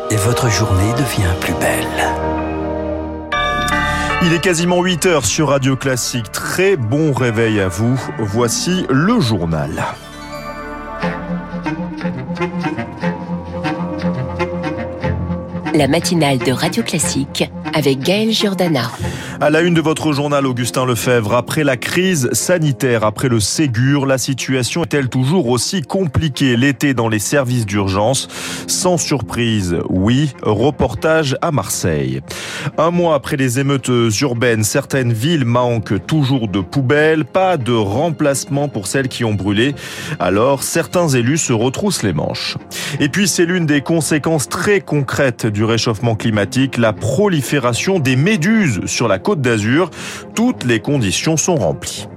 et votre journée devient plus belle. Il est quasiment 8h sur Radio Classique. Très bon réveil à vous. Voici le journal. La matinale de Radio Classique avec Gaël Giordana. À la une de votre journal, Augustin Lefebvre, après la crise sanitaire, après le Ségur, la situation est-elle toujours aussi compliquée l'été dans les services d'urgence? Sans surprise, oui, reportage à Marseille. Un mois après les émeutes urbaines, certaines villes manquent toujours de poubelles, pas de remplacement pour celles qui ont brûlé. Alors, certains élus se retroussent les manches. Et puis, c'est l'une des conséquences très concrètes du réchauffement climatique, la prolifération des méduses sur la Côte d'Azur. Toutes les conditions sont remplies.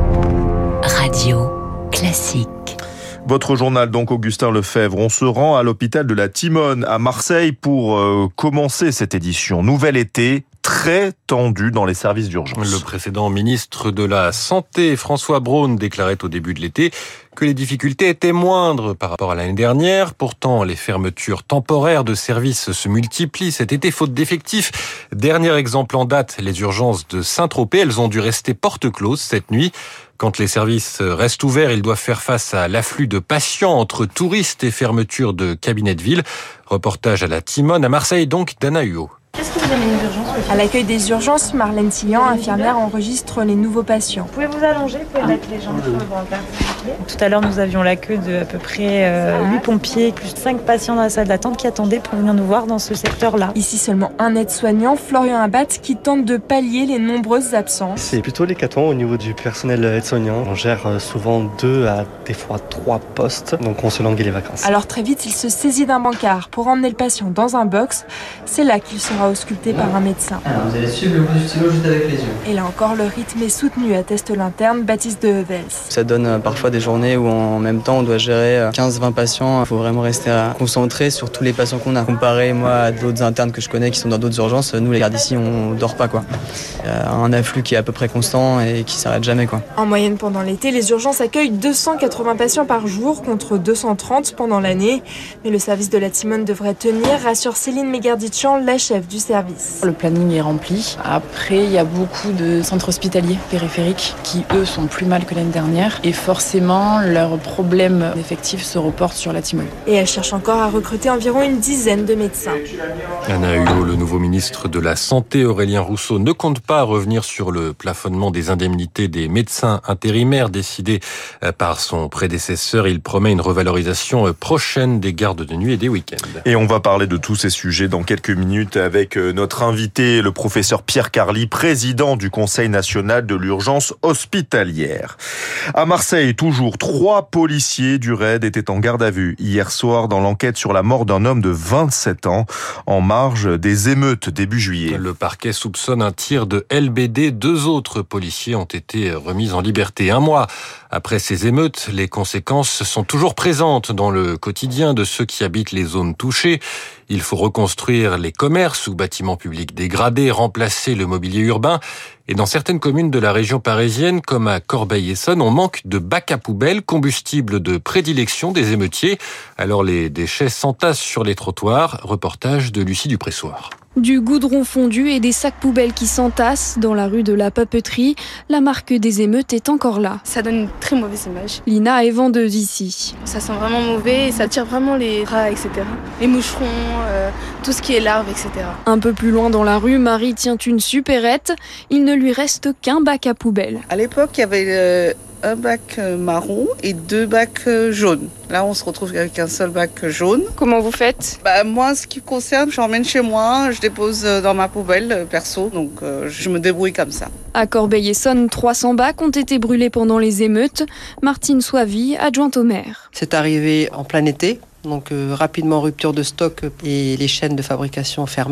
Radio Classique. Votre journal donc, Augustin Lefebvre. On se rend à l'hôpital de la Timone à Marseille pour commencer cette édition. Nouvel été très tendu dans les services d'urgence. Le précédent ministre de la Santé, François Braun, déclarait au début de l'été que les difficultés étaient moindres par rapport à l'année dernière. Pourtant, les fermetures temporaires de services se multiplient cet été, faute d'effectifs. Dernier exemple en date, les urgences de Saint-Tropez. Elles ont dû rester porte close cette nuit. Quand les services restent ouverts, ils doivent faire face à l'afflux de patients entre touristes et fermetures de cabinets de ville. Reportage à la Timone, à Marseille donc, d'Anna Huot. Qu'est-ce que vous amènez d'urgence? À l'accueil des urgences, Marlène Sillan, infirmière, enregistre les nouveaux patients. Vous pouvez vous allonger, vous pouvez mettre les jambes sur le brancard. Tout à l'heure, nous avions la queue de à peu près 8 pompiers, plus 5 patients dans la salle d'attente qui attendaient pour venir nous voir dans ce secteur-là. Ici, seulement un aide-soignant, Florian Abat, qui tente de pallier les nombreuses absences. C'est plutôt l'hécatombe au niveau du personnel aide-soignant. On gère souvent 2 à des fois 3 postes, donc on se languit les vacances. Alors très vite, il se saisit d'un bancard pour emmener le patient dans un box. C'est là qu'il sera ausculté par un médecin. Alors, vous allez suivre le bout du stylo juste avec les yeux. Et là encore, le rythme est soutenu, atteste l'interne Baptiste de Hevels. Ça donne parfois des journées où en même temps on doit gérer 15-20 patients. Il faut vraiment rester concentré sur tous les patients qu'on a. Comparé moi à d'autres internes que je connais qui sont dans d'autres urgences, nous les gardes ici on dort pas quoi. Il y a un afflux qui est à peu près constant et qui s'arrête jamais quoi. En moyenne pendant l'été, les urgences accueillent 280 patients par jour contre 230 pendant l'année. Mais le service de la Timone devrait tenir, rassure Céline Megardichan, la chef du service. Le planning est rempli. Après, il y a beaucoup de centres hospitaliers périphériques qui, eux, sont plus mal que l'année dernière. Et forcément, leurs problèmes d'effectifs se reportent sur la Timone. Et elle cherche encore à recruter environ une dizaine de médecins. Anna Hulot, le nouveau ministre de la Santé, Aurélien Rousseau, ne compte pas revenir sur le plafonnement des indemnités des médecins intérimaires décidé par son prédécesseur. Il promet une revalorisation prochaine des gardes de nuit et des week-ends. Et on va parler de tous ces sujets dans quelques minutes avec notre invité, le professeur Pierre Carli, président du Conseil national de l'urgence hospitalière. À Marseille, toujours 3 policiers du RAID étaient en garde à vue hier soir dans l'enquête sur la mort d'un homme de 27 ans en marge des émeutes début juillet. Le parquet soupçonne un tir de LBD. 2 autres policiers ont été remis en liberté. Un mois après ces émeutes, les conséquences sont toujours présentes dans le quotidien de ceux qui habitent les zones touchées. Il faut reconstruire les commerces ou bâtiments publics dégradés, remplacer le mobilier urbain. Et dans certaines communes de la région parisienne, comme à Corbeil-Essonnes, on manque de bacs à poubelles, combustible de prédilection des émeutiers. Alors les déchets s'entassent sur les trottoirs. Reportage de Lucie Dupressoir. Du goudron fondu et des sacs poubelles qui s'entassent dans la rue de la Papeterie. La marque des émeutes est encore là. Ça donne une très mauvaise image. Lina est vendeuse ici. Ça sent vraiment mauvais et ça tire vraiment les rats, etc. Les moucherons, tout ce qui est larves, etc. Un peu plus loin dans la rue, Marie tient une supérette. Il ne lui reste qu'un bac à poubelle. À l'époque, il y avait un bac marron et 2 bacs jaunes. Là, on se retrouve avec un seul bac jaune. Comment vous faites ? Moi, ce qui me concerne, j'emmène chez moi, je dépose dans ma poubelle perso, donc je me débrouille comme ça. À Corbeil-Essonnes, 300 bacs ont été brûlés pendant les émeutes. Martine Soivy, adjointe au maire. C'est arrivé en plein été, donc rapidement rupture de stock et les chaînes de fabrication fermées.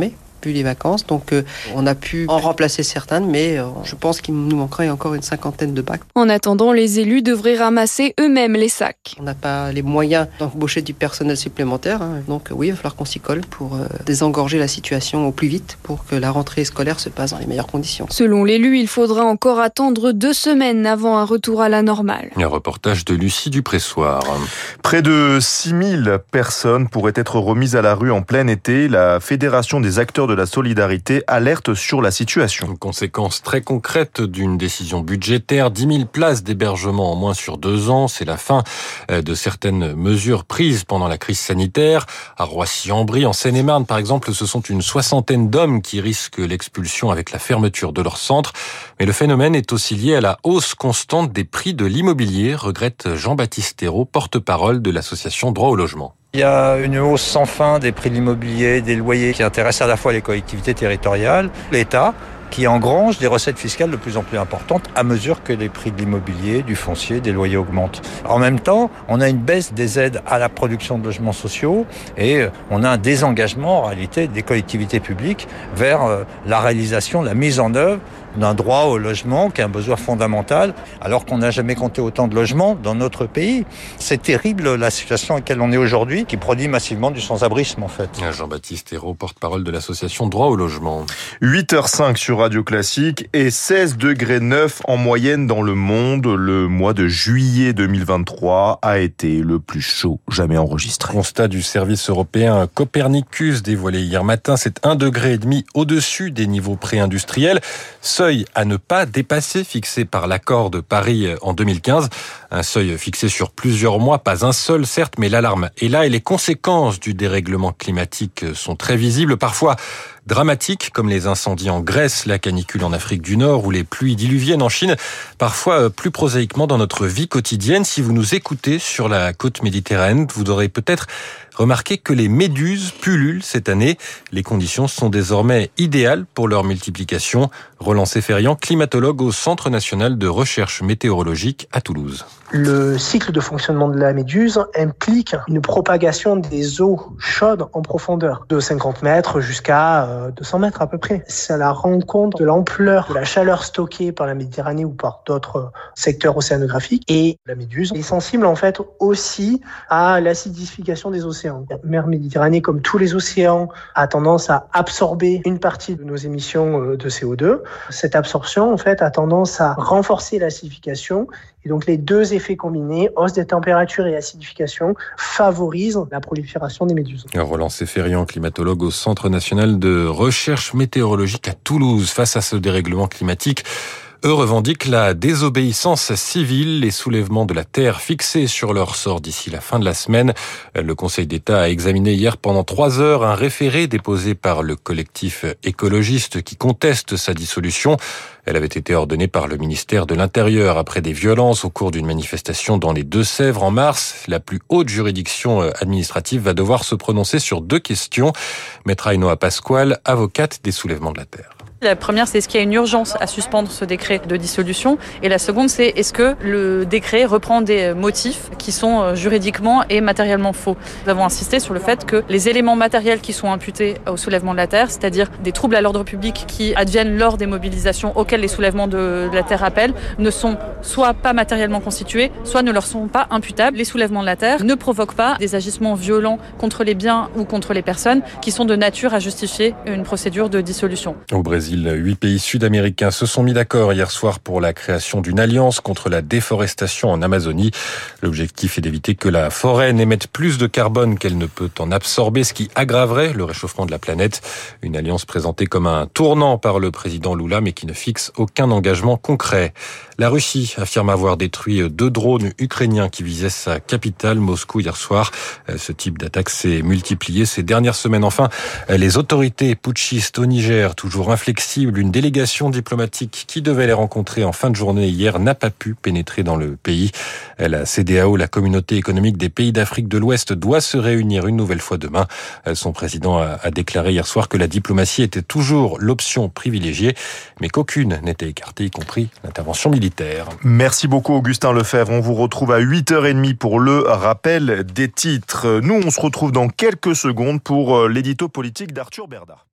plus les vacances. Donc on a pu en remplacer certaines, mais je pense qu'il nous manquerait encore une 50aine de bacs. En attendant, les élus devraient ramasser eux-mêmes les sacs. On n'a pas les moyens d'embaucher du personnel supplémentaire, donc oui, il va falloir qu'on s'y colle pour désengorger la situation au plus vite pour que la rentrée scolaire se passe dans les meilleures conditions. Selon l'élu, il faudra encore attendre 2 semaines avant un retour à la normale. Un reportage de Lucie Dupressoir. Près de 6000 personnes pourraient être remises à la rue en plein été. La Fédération des acteurs de la solidarité alerte sur la situation. Une conséquence très concrète d'une décision budgétaire, 10 000 places d'hébergement en moins sur 2 ans. C'est la fin de certaines mesures prises pendant la crise sanitaire. À Roissy-en-Brie, en Seine-et-Marne, par exemple, ce sont une 60aine d'hommes qui risquent l'expulsion avec la fermeture de leur centre. Mais le phénomène est aussi lié à la hausse constante des prix de l'immobilier, regrette Jean-Baptiste Thérault, porte-parole de l'association Droit au logement. Il y a une hausse sans fin des prix de l'immobilier, des loyers qui intéressent à la fois les collectivités territoriales, l'État, qui engrange des recettes fiscales de plus en plus importantes à mesure que les prix de l'immobilier, du foncier, des loyers augmentent. En même temps, on a une baisse des aides à la production de logements sociaux et on a un désengagement en réalité des collectivités publiques vers la réalisation, la mise en œuvre d'un droit au logement qui est un besoin fondamental alors qu'on n'a jamais compté autant de logements dans notre pays. C'est terrible la situation à laquelle on est aujourd'hui qui produit massivement du sans-abrisme en fait. Jean-Baptiste Thérault, porte-parole de l'association Droit au logement. 8h05 sur Radio Classique et 16 degrés 9 en moyenne dans le monde. Le mois de juillet 2023 a été le plus chaud jamais enregistré. Constat du service européen Copernicus dévoilé hier matin, c'est 1,5 degré au-dessus des niveaux pré-industriels. Seuil à ne pas dépasser fixé par l'accord de Paris en 2015. Un seuil fixé sur plusieurs mois, pas un seul certes, mais l'alarme est là et les conséquences du dérèglement climatique sont très visibles, parfois dramatiques, comme les incendies en Grèce, la canicule en Afrique du Nord ou les pluies diluviennes en Chine, parfois plus prosaïquement dans notre vie quotidienne. Si vous nous écoutez sur la côte méditerranéenne, vous aurez peut-être remarqué que les méduses pullulent cette année. Les conditions sont désormais idéales pour leur multiplication. Roland Seferian, climatologue au Centre national de recherche météorologique à Toulouse. Le cycle de fonctionnement de la méduse implique une propagation des eaux chaudes en profondeur, de 50 mètres jusqu'à 200 mètres à peu près. C'est à la rencontre de l'ampleur de la chaleur stockée par la Méditerranée ou par d'autres secteurs océanographiques. Et la méduse est sensible en fait aussi à l'acidification des océans. La mer Méditerranée, comme tous les océans, a tendance à absorber une partie de nos émissions de CO2. Cette absorption en fait a tendance à renforcer l'acidification. Et donc les deux effets combinés, hausse des températures et acidification, favorisent la prolifération des méduses. Roland Seferian, climatologue au Centre national de recherche météorologique à Toulouse. Face à ce dérèglement climatique, eux revendiquent la désobéissance civile, les soulèvements de la terre fixés sur leur sort d'ici la fin de la semaine. Le Conseil d'État a examiné hier pendant 3 heures un référé déposé par le collectif écologiste qui conteste sa dissolution. Elle avait été ordonnée par le ministère de l'Intérieur après des violences au cours d'une manifestation dans les Deux-Sèvres en mars. La plus haute juridiction administrative va devoir se prononcer sur 2 questions. Maître Ainhoa Pasquale, avocate des soulèvements de la terre. La première, c'est est-ce qu'il y a une urgence à suspendre ce décret de dissolution ? Et la seconde, c'est est-ce que le décret reprend des motifs qui sont juridiquement et matériellement faux ? Nous avons insisté sur le fait que les éléments matériels qui sont imputés au soulèvement de la terre, c'est-à-dire des troubles à l'ordre public qui adviennent lors des mobilisations auxquelles les soulèvements de la terre appellent, ne sont soit pas matériellement constitués, soit ne leur sont pas imputables. Les soulèvements de la terre ne provoquent pas des agissements violents contre les biens ou contre les personnes qui sont de nature à justifier une procédure de dissolution. Au Brésil, 8 pays sud-américains se sont mis d'accord hier soir pour la création d'une alliance contre la déforestation en Amazonie. L'objectif est d'éviter que la forêt n'émette plus de carbone qu'elle ne peut en absorber, ce qui aggraverait le réchauffement de la planète. Une alliance présentée comme un tournant par le président Lula, mais qui ne fixe aucun engagement concret. La Russie affirme avoir détruit 2 drones ukrainiens qui visaient sa capitale, Moscou, hier soir. Ce type d'attaque s'est multiplié ces dernières semaines. Enfin, les autorités putschistes au Niger, toujours inflexibles, une délégation diplomatique qui devait les rencontrer en fin de journée hier n'a pas pu pénétrer dans le pays. La CEDEAO, la communauté économique des pays d'Afrique de l'Ouest, doit se réunir une nouvelle fois demain. Son président a déclaré hier soir que la diplomatie était toujours l'option privilégiée, mais qu'aucune n'était écartée, y compris l'intervention militaire. Merci beaucoup Augustin Lefebvre. On vous retrouve à 8h30 pour le rappel des titres. Nous, on se retrouve dans quelques secondes pour l'édito politique d'Arthur Berda.